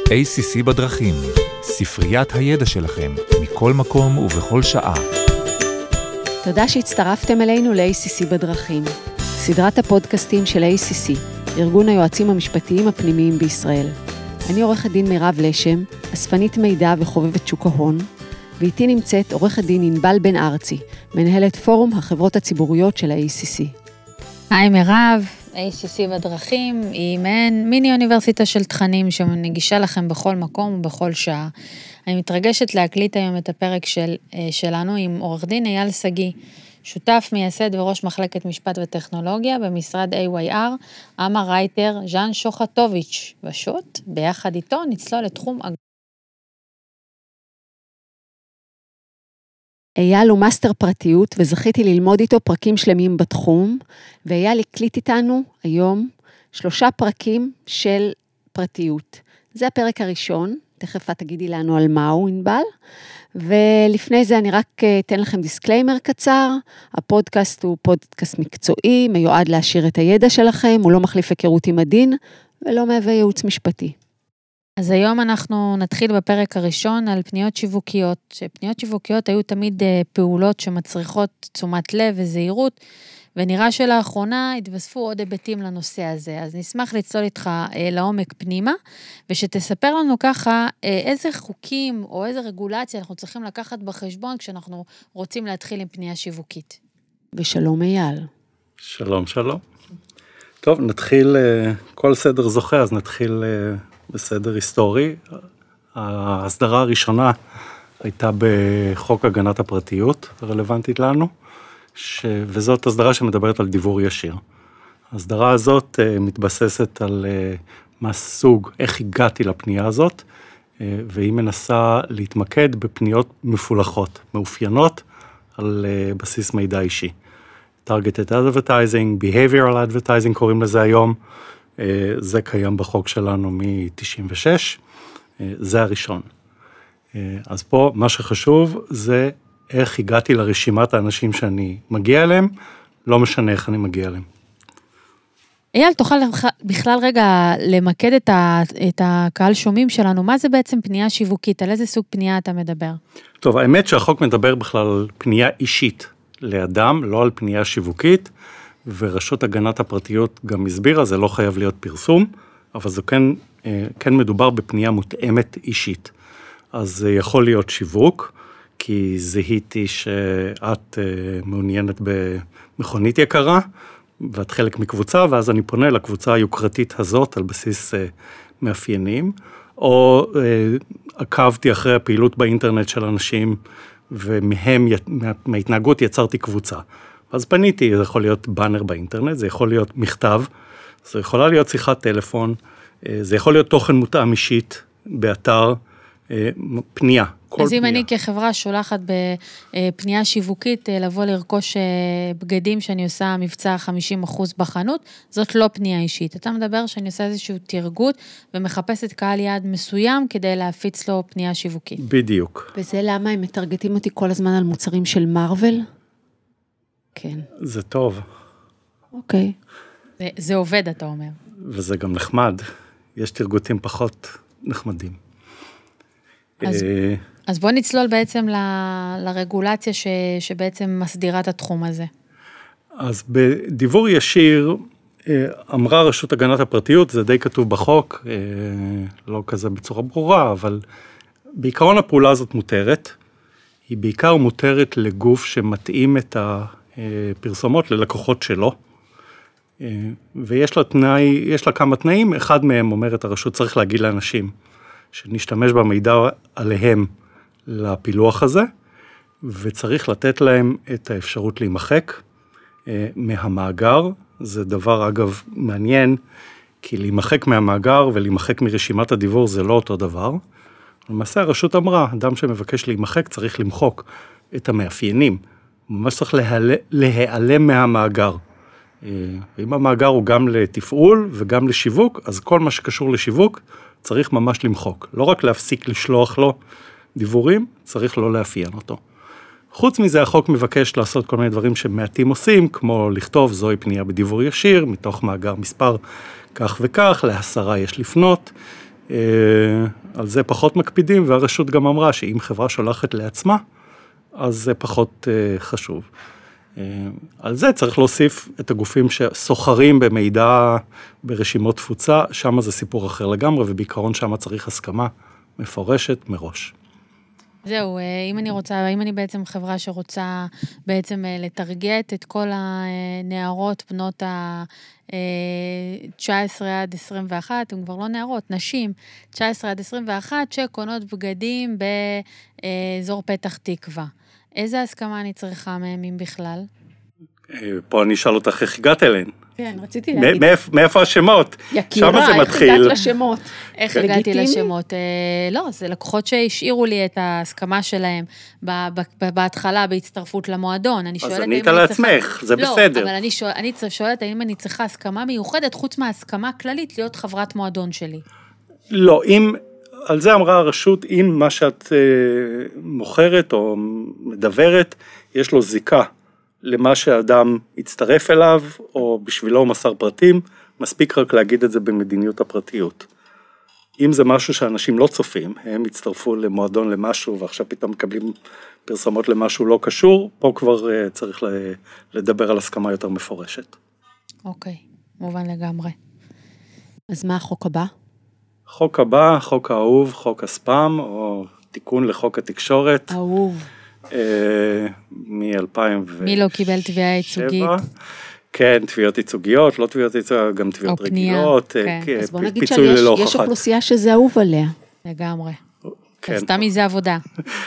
ACC בדרכים, ספריית הידע שלכם, מכל מקום ובכל שעה. תודה שהצטרפתם אלינו ל-ACC בדרכים, סדרת הפודקאסטים של ACC, ארגון היועצים המשפטיים הפנימיים בישראל. אני עורכת דין מירב לשם, אספנית מידע וחובבת שוק ההון, ואיתי נמצאת עורכת דין ענבל בן ארצי, מנהלת פורום החברות הציבוריות של ה-ACC. היי מירב, ACC בדרכים היא מעין מיני אוניברסיטה של תכנים שמנגישה לכם בכל מקום ובכל שעה. אני מתרגשת להקליט היום את הפרק שלנו עם עורך דין אייל סגי, שותף מייסד וראש מחלקת משפט וטכנולוגיה במשרד AYR, אמה רייטר, ז'אן שוחטוביץ' ושוט, ביחד איתו נצלול לתחום אייל הוא מאסטר פרטיות וזכיתי ללמוד איתו פרקים שלמים בתחום, ואייל הקליט איתנו היום 3 פרקים של פרטיות. זה הפרק הראשון, תכף את תגידי לנו על מה הוא ענבל, ולפני זה אני רק אתן לכם דיסקליימר קצר, הפודקאסט הוא פודקאסט מקצועי, מיועד להשאיר את הידע שלכם, הוא לא מחליף היכרות עם הדין, ולא מהווה ייעוץ משפטי. אז היום אנחנו נתחיל בפרק הראשון על פניות שיווקיות, שפניות שיווקיות היו תמיד פעולות שמצריכות תשומת לב וזהירות, ונראה שלאחרונה התווספו עוד היבטים לנושא הזה, אז נשמח לצלול איתך לעומק פנימה, ושתספר לנו ככה איזה חוקים או איזה רגולציה אנחנו צריכים לקחת בחשבון, כשאנחנו רוצים להתחיל עם פנייה שיווקית. ושלום אייל. שלום, שלום. טוב, נתחיל, כל סדר זוכה, אז נתחיל בסדר היסטורי. ההסדרה הראשונה הייתה בחוק הגנת הפרטיות, רלוונטית לנו, וזאת הסדרה שמדברת על דיוור ישיר. ההסדרה הזאת מתבססת על מה סוג, איך הגעתי לפנייה הזאת, והיא מנסה להתמקד בפניות מפולחות, מאופיינות, על בסיס מידע אישי. Targeted Advertising, Behavioral Advertising קוראים לזה היום, זה קיים בחוק שלנו מ-96, זה הראשון. אז פה מה שחשוב זה איך הגעתי לרשימת האנשים שאני מגיע אליהם, לא משנה איך אני מגיע אליהם. אייל, תוכל בכלל רגע למקד את הקהל שומעים שלנו, מה זה בעצם פנייה שיווקית, על איזה סוג פנייה אתה מדבר? טוב, האמת שהחוק מדבר בכלל על פנייה אישית לאדם, לא על פנייה שיווקית, ורשות הגנת הפרטיות גם הסבירה, זה לא חייב להיות פרסום, אבל זה כן מדובר בפנייה מותאמת אישית. אז זה יכול להיות שיווק, כי זיהיתי שאת מעוניינת במכונית יקרה, ואת חלק מקבוצה, ואז אני פונה לקבוצה היוקרתית הזאת על בסיס מאפיינים, או עקבתי אחרי הפעילות באינטרנט של אנשים, מההתנהגות יצרתי קבוצה. אז פניתי, זה יכול להיות באנר באינטרנט, זה יכול להיות מכתב, זה יכולה להיות שיחת טלפון, זה יכול להיות תוכן מותאם אישית באתר, פנייה. אז אם אני כחברה שולחת בפנייה שיווקית לבוא לרכוש בגדים שאני עושה מבצע 50% בחנות, זאת לא פנייה אישית. אתה מדבר שאני עושה איזשהו תרגות ומחפשת קהל יעד מסוים כדי להפיץ לו פנייה שיווקית. בדיוק. וזה למה הם מטרגטים אותי כל הזמן על מוצרים של מרוול? כן. זה טוב. אוקיי. זה עובד, אתה אומר. וזה גם נחמד. יש תרגותים פחות נחמדים. אז בוא נצלול בעצם לרגולציה שבעצם מסדירה את התחום הזה. אז בדיוור ישיר, אמרה רשות הגנת הפרטיות, זה די כתוב בחוק, לא כזה בצורה ברורה, אבל בעיקרון הפעולה הזאת מותרת, היא בעיקר מותרת לגוף שמתאים את הפרסומות ללקוחות שלו, ויש לה כמה תנאים, אחד מהם אומרת הרשות צריך להגיד לאנשים, שנשתמש במידע עליהם לפילוח הזה, וצריך לתת להם את האפשרות להימחק מהמאגר. זה דבר אגב מעניין, כי להימחק מהמאגר ולהימחק מרשימת הדיוור זה לא אותו דבר. למעשה הרשות אמרה, אדם שמבקש להימחק צריך למחוק את המאפיינים, ממש צריך להיעלם מהמאגר. ואם המאגר הוא גם לתפעול וגם לשיווק, אז כל מה שקשור לשיווק צריך ממש למחוק. לא רק להפסיק לשלוח לו דיוורים, צריך לא לאפיין אותו. חוץ מזה, החוק מבקש לעשות כל מיני דברים שמעטים עושים, כמו לכתוב זוהי פנייה בדיוור ישיר, מתוך מאגר מספר כך וכך, ל10 יש לפנות, על זה פחות מקפידים, והרשות גם אמרה שאם חברה שולחת לעצמה, אז זה פחות חשוב. על זה צריך להוסיף את הגופים שסוחרים במידע ברשימות תפוצה, שם זה סיפור אחר לגמרי, ובעיקרון שם צריך הסכמה מפורשת מראש. זהו, אם אני בעצם חברה שרוצה בעצם לטרגט את כל הנערות בנות ה-19 עד 21, הן כבר לא נערות, נשים, 19 עד 21, שקונות בגדים באזור פתח תקווה. איזה הסכמה אני צריכה מהם אם בכלל? פה אני אשאל אותך איך הגעת אליהן. כן, רציתי להגיד. מאיפה השמות? יקירה, איך הגעת לשמות? איך הגעתי לשמות? לא, זה לקוחות שהשאירו לי את ההסכמה שלהם בהתחלה בהצטרפות למועדון. אז ענית לעצמך, זה בסדר. לא, אבל אני שואלת האם אני צריכה הסכמה מיוחדת, חוץ מההסכמה הכללית, להיות חברת מועדון שלי. לא, על זה אמרה הרשות, אם מה שאת מוכרת או מדברת, יש לו זיקה למה שהאדם יצטרף אליו, או בשבילו הוא מסר פרטים, מספיק רק להגיד את זה במדיניות הפרטיות. אם זה משהו שאנשים לא צופים, הם יצטרפו למועדון למשהו, ועכשיו פתאום מקבלים פרסומות למשהו לא קשור, פה כבר צריך לדבר על הסכמה יותר מפורשת. אוקיי, מובן לגמרי. אז מה החוק הבא? חוק הבא, חוק האהוב, חוק הספאם, או תיקון לחוק התקשורת. אהוב. מ-2007. מי לא קיבל תביעה ייצוגית? כן, תביעות ייצוגיות, לא תביעות ייצוגיות, גם תביעות רגילות, אז בוא נגיד שיש אוכלוסייה שזה אהוב עליה. לגמרי. אז סתם מזה עבודה.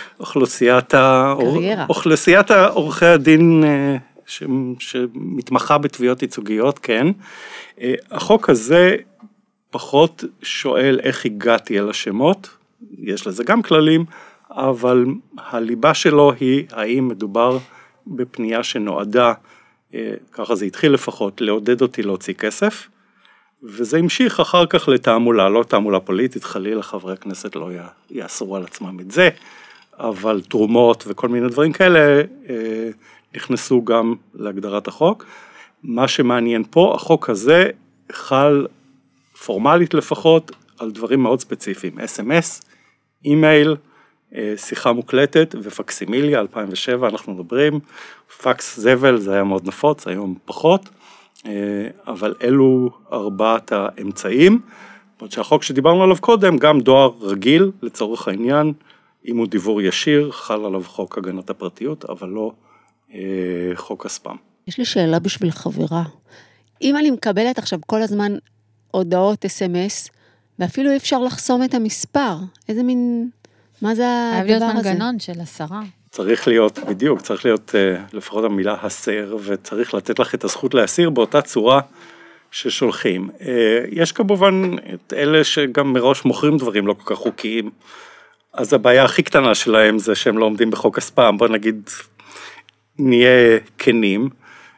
אוכלוסיית עורכי הדין שמתמחה בתביעות ייצוגיות, כן. החוק הזה פחות שואל איך הגעתי אל השמות, יש לזה גם כללים, אבל הליבה שלו היא האם מדובר בפנייה שנועדה, ככה זה התחיל לפחות, לעודד אותי להוציא כסף, וזה המשיך אחר כך לתעמולה, לא תעמולה פוליטית, חלילה חברי הכנסת לא יאסרו על עצמם את זה, אבל תרומות וכל מיני דברים כאלה נכנסו גם להגדרת החוק. מה שמעניין פה, החוק הזה חל פורמלית לפחות על דברים מאוד ספציפיים, SMS, אימייל, שיחה מוקלטת ופקסימיליה, 2007 אנחנו מדברים, פקס זבל זה היה מאוד נפוץ, היום פחות, אבל אלו 4 האמצעים, עוד שהחוק שדיברנו עליו קודם, גם דואר רגיל לצורך העניין, אם הוא דיוור ישיר, חל עליו חוק הגנת הפרטיות, אבל לא חוק הספאם. יש לי שאלה בשביל חברה, אם אני מקבלת עכשיו כל הזמן הודעות SMS, ואפילו אי אפשר לחסום את המספר, איזה מין... מה זה הדבר הזה? חייב להיות מנגנון של 10. צריך להיות, בדיוק, צריך להיות לפחות המילה הסר, וצריך לתת לך את הזכות להסיר באותה צורה ששולחים. יש כמובן את אלה שגם מראש מוכרים דברים לא כל כך חוקיים, אז הבעיה הכי קטנה שלהם זה שהם לא עומדים בחוק הספאם, בוא נגיד, נהיה כנים.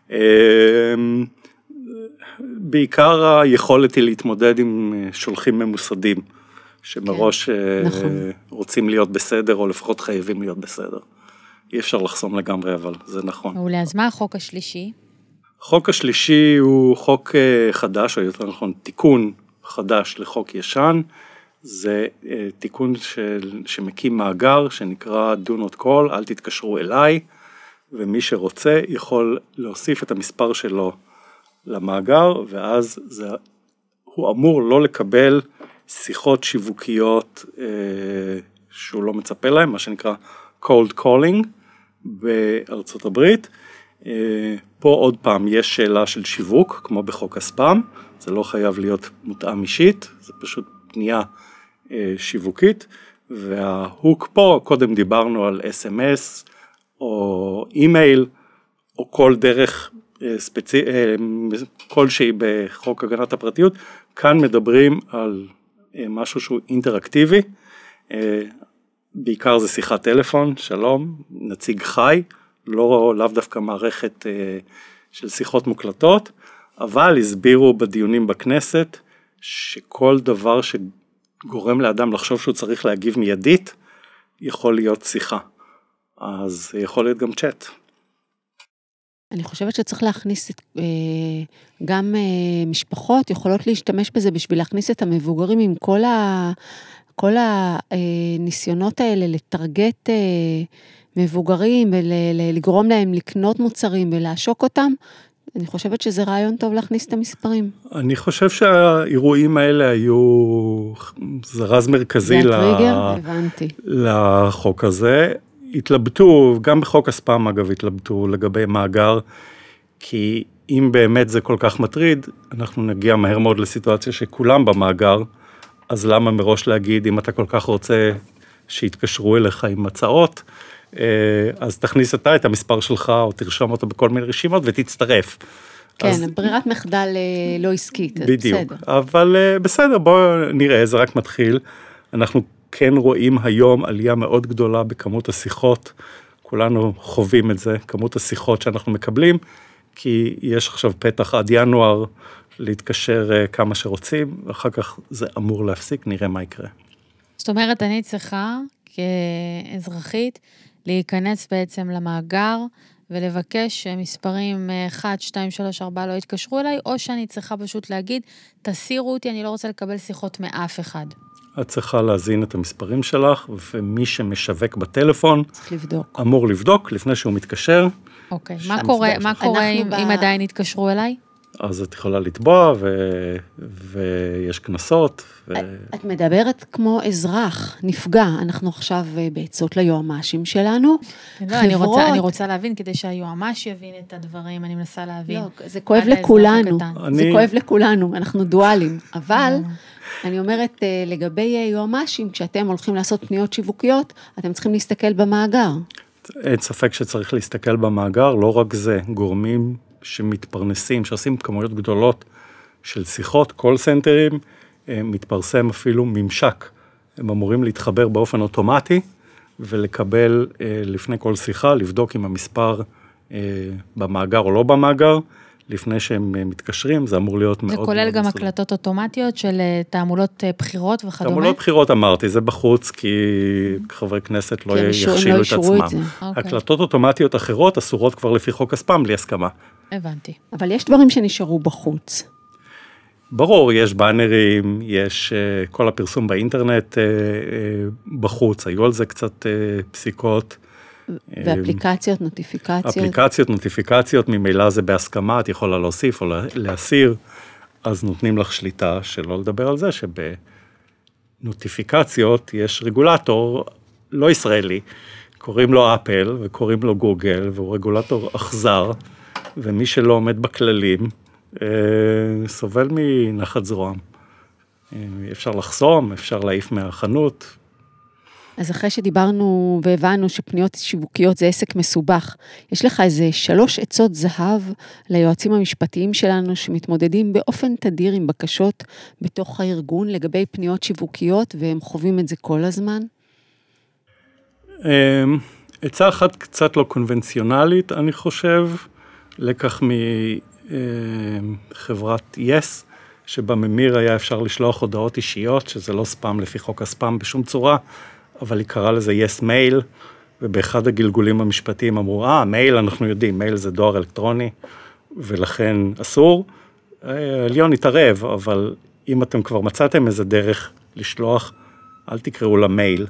בעיקר היכולת היא להתמודד עם שולחים ממוסדים, שמראש רוצים להיות בסדר, או לפחות חייבים להיות בסדר. אי אפשר לחסום לגמרי, אבל זה נכון. מעולה, אז מה החוק השלישי? החוק השלישי הוא חוק חדש, או יותר נכון, תיקון חדש לחוק ישן, זה תיקון שמקים מאגר, שנקרא Do Not Call, אל תתקשרו אליי, ומי שרוצה יכול להוסיף את המספר שלו למאגר, ואז הוא אמור לא לקבל שיחות שיווקיות שהוא לא מצפה להם, מה שנקרא cold calling בארצות הברית. פה עוד פעם יש שאלה של שיווק, כמו בחוק הספאם, זה לא חייב להיות מותאם אישית, זה פשוט פנייה שיווקית, וההוק פה, קודם דיברנו על SMS או אימייל, או כל דרך כלשהי בחוק הגנת הפרטיות, כאן מדברים על משהו שהוא אינטראקטיבי, בעיקר זה שיחת טלפון, שלום, נציג חי, לאו דווקא מערכת של שיחות מוקלטות, אבל הסבירו בדיונים בכנסת, שכל דבר שגורם לאדם לחשוב שהוא צריך להגיב מיידית, יכול להיות שיחה, אז יכול להיות גם צ'אט. אני חושבת שצריך להכניס, גם משפחות יכולות להשתמש בזה בשביל להכניס את המבוגרים עם כל הניסיונות האלה לטרגט מבוגרים ולגרום להם לקנות מוצרים ולעשוק אותם. אני חושבת שזה רעיון טוב להכניס את המספרים. אני חושב שהאירועים האלה היו זרז מרכזי לחוק הזה. התלבטו, גם בחוק הספאם אגב התלבטו לגבי מאגר, כי אם באמת זה כל כך מטריד, אנחנו נגיע מהר מאוד לסיטואציה שכולם במאגר, אז למה מראש להגיד, אם אתה כל כך רוצה שיתקשרו אליך עם הצעות, אז תכניס אתה את המספר שלך, או תרשום אותו בכל מיני רשימות, ותצטרף. כן, ברירת מחדל לא עסקית, בדיוק, בסדר. אבל בסדר, בואו נראה, זה רק מתחיל. אנחנו כן רואים היום עלייה מאוד גדולה בכמות השיחות, כולנו חווים את זה, כמות השיחות שאנחנו מקבלים, כי יש עכשיו פתח עד ינואר להתקשר כמה שרוצים, ואחר כך זה אמור להפסיק, נראה מה יקרה. זאת אומרת, אני צריכה כאזרחית להיכנס בעצם למאגר, ולבקש שמספרים 1, 2, 3, 4 לא יתקשרו אליי, או שאני צריכה פשוט להגיד, תסירו אותי, אני לא רוצה לקבל שיחות מאף אחד. את צריכה להזין את המספרים שלך, ומי שמשווק בטלפון, אמור לבדוק לפני שהוא מתקשר. אוקיי, מה קורה אם עדיין יתקשרו אליי? אז את יכולה לתבוע, ויש כנסות. את מדברת כמו אזרח, נפגע. אנחנו עכשיו בעצות ליועמ"שים שלנו. לא, אני רוצה להבין, כדי שהיועמ"ש יבין את הדברים, אני מנסה להבין. לא, זה כואב לכולנו. זה כואב לכולנו, אנחנו דואלים. אבל אני אומרת, לגבי יועמ"שים, כשאתם הולכים לעשות פניות שיווקיות, אתם צריכים להסתכל במאגר. אין ספק שצריך להסתכל במאגר, לא רק זה, גורמים שמתפרנסים, שעושים כמויות גדולות של שיחות, קול סנטרים, מתפרסם אפילו ממשק. הם אמורים להתחבר באופן אוטומטי, ולקבל לפני כל שיחה, לבדוק אם המספר במאגר או לא במאגר, לפני שהם מתקשרים, זה אמור להיות מאוד... זה כולל גם הקלטות אוטומטיות של תעמולות בחירות וכדומה? תעמולות בחירות אמרתי, זה בחוץ, כי חברי כנסת לא יכשילו את עצמם. הקלטות אוטומטיות אחרות אסורות כבר לפי חוק הספאם, בלי הסכמה. הבנתי. אבל יש דברים שנשארו בחוץ. ברור, יש באנרים, יש כל הפרסום באינטרנט בחוץ, היו על זה קצת פסיקות. ואפליקציות, נוטיפיקציות. אפליקציות, נוטיפיקציות, ממילא זה בהסכמה, את יכולה להוסיף או להסיר, אז נותנים לך שליטה, שלא לדבר על זה, שבנוטיפיקציות יש רגולטור לא ישראלי, קוראים לו אפל וקוראים לו גוגל, והוא רגולטור אכזר, ומי שלא עומד בכללים, סובל מנחת זרועם. אפשר לחסום, אפשר להעיף מהחנות. אז אחרי שדיברנו והבנו שפניות שיווקיות זה עסק מסובך, יש לך איזה 3 עצות זהב ליועצים המשפטיים שלנו שמתמודדים באופן תדיר עם בקשות בתוך הארגון לגבי פניות שיווקיות, והם חווים את זה כל הזמן? עצה אחת קצת לא קונבנציונלית, אני חושב, לקח מחברת יס, שבממיר היה אפשר לשלוח הודעות אישיות, שזה לא ספאם לפי חוק הספאם בשום צורה, אבל היא קראה לזה yes mail, ובאחד הגלגולים המשפטיים אמרו, מייל אנחנו יודעים, מייל זה דואר אלקטרוני, ולכן אסור. עליון התערב, אבל אם אתם כבר מצאתם איזה דרך לשלוח, אל תקראו לה מייל.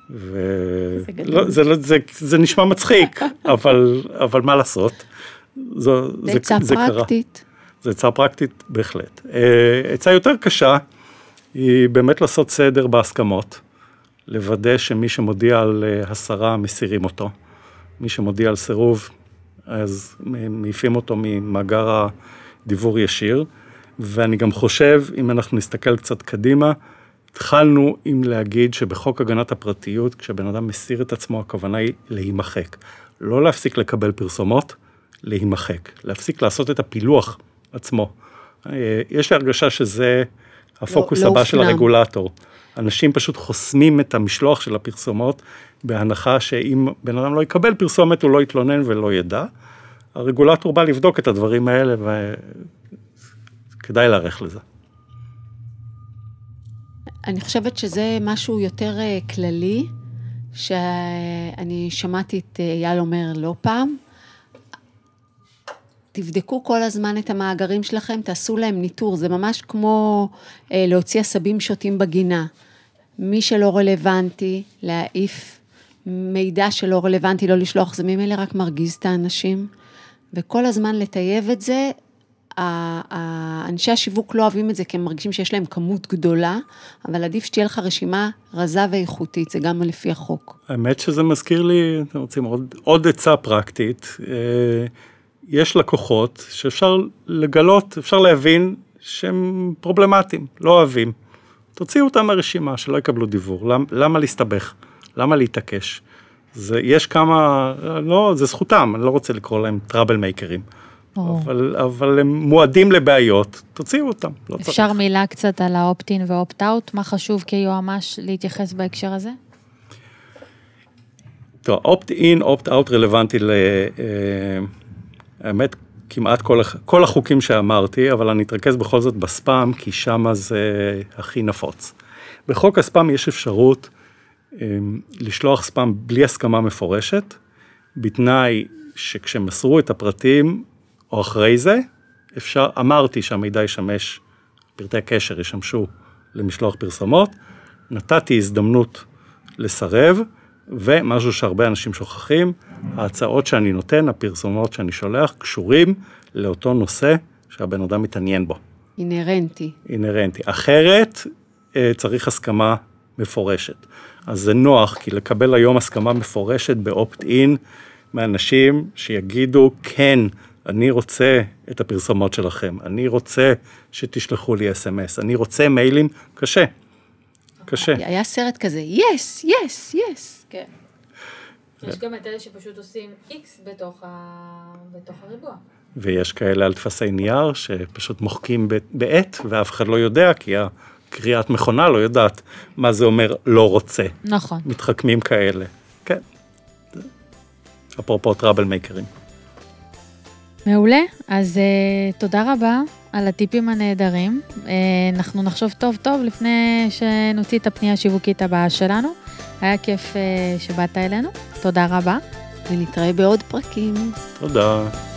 זה נשמע מצחיק, אבל מה לעשות? זה עצה פרקטית. זה עצה פרקטית בהחלט. עצה יותר קשה, היא באמת לעשות סדר בהסכמות, לוודא שמי שמודיע על הסרה מסירים אותו, מי שמודיע על סירוב, אז מעיפים אותו ממאגר הדיוור ישיר, ואני גם חושב, אם אנחנו נסתכל קצת קדימה, התחלנו עם להגיד שבחוק הגנת הפרטיות, כשבן אדם מסיר את עצמו, הכוונה היא להימחק. לא להפסיק לקבל פרסומות, להימחק. להפסיק לעשות את הפילוח עצמו. יש לי הרגשה שזה הפוקוס הבא של הרגולטור. אנשים פשוט חוסמים את המשלוח של הפרסומות, בהנחה שאם בן אדם לא יקבל פרסומת, הוא לא יתלונן ולא ידע. הרגולטור בא לבדוק את הדברים האלה, וכדאי להערך לזה. אני חושבת שזה משהו יותר כללי, שאני שמעתי את אייל אומר לא פעם. תבדקו כל הזמן את המאגרים שלכם, תעשו להם ניטור, זה ממש כמו להוציא עשבים שוטים בגינה. מי שלא רלוונטי, להעיף מידע שלא רלוונטי, לא לשלוח, זה ממילא רק מרגיז את האנשים, וכל הזמן לטייב את זה, אנשי השיווק לא אוהבים את זה, כי הם מרגישים שיש להם כמות גדולה, אבל עדיף שתהיה לך רשימה רזה ואיכותית, זה גם לפי החוק. האמת שזה מזכיר לי, אתם רוצים עוד עצה פרקטית, יש לקוחות שאפשר לגלות, אפשר להבין שהם פרובלמטיים, לא אוהבים. תוציאו אותם מהרשימה, שלא יקבלו דיבור. למה להסתבך? למה להתעקש? יש כמה, לא, זה זכותם, אני לא רוצה לקרוא להם טראבל מייקרים. אבל הם מועדים לבעיות, תוציאו אותם. אפשר מילה קצת על האופט-אין ואופט-אוט? מה חשוב כיועמ"ש להתייחס בהקשר הזה? טוב, אופט-אין, אופט-אוט רלוונטי האמת, כמעט כל החוקים שאמרתי, אבל אני אתרכז בכל זאת בספאם, כי שם זה הכי נפוץ. בחוק הספאם יש אפשרות לשלוח ספאם בלי הסכמה מפורשת, בתנאי שכשמסרו את הפרטים, או אחרי זה, אמרתי שהמידע ישמש, פרטי הקשר ישמשו למשלוח פרסומות, נתתי הזדמנות לסרב, ומשהו שהרבה אנשים שוכחים, ההצעות שאני נותן, הפרסומות שאני שולח, קשורים לאותו נושא שהבן אדם מתעניין בו. אינרנטי. אינרנטי. אחרת, צריך הסכמה מפורשת. אז זה נוח, כי לקבל היום הסכמה מפורשת באופט-אין, מאנשים שיגידו, כן, אני רוצה את הפרסומות שלכם, אני רוצה שתשלחו לי SMS, אני רוצה מיילים, קשה. קשה. היה סרט כזה, yes, yes, yes. כן. יש גם את אלה שפשוט עושים X בתוך הריבוע. ויש כאלה על תפסי נייר שפשוט מוחקים בעת, ואף אחד לא יודע, כי הקריאת מכונה לא יודעת מה זה אומר לא רוצה. נכון. מתחכמים כאלה. כן. אפרופו טראבל מייקרים. מעולה, אז תודה רבה על הטיפים הנהדרים. אנחנו נחשוב טוב לפני שנוציא את הפנייה השיווקית הבאה שלנו. היה כיף שבאת אלינו, תודה רבה. ונתראה בעוד פרקים. תודה.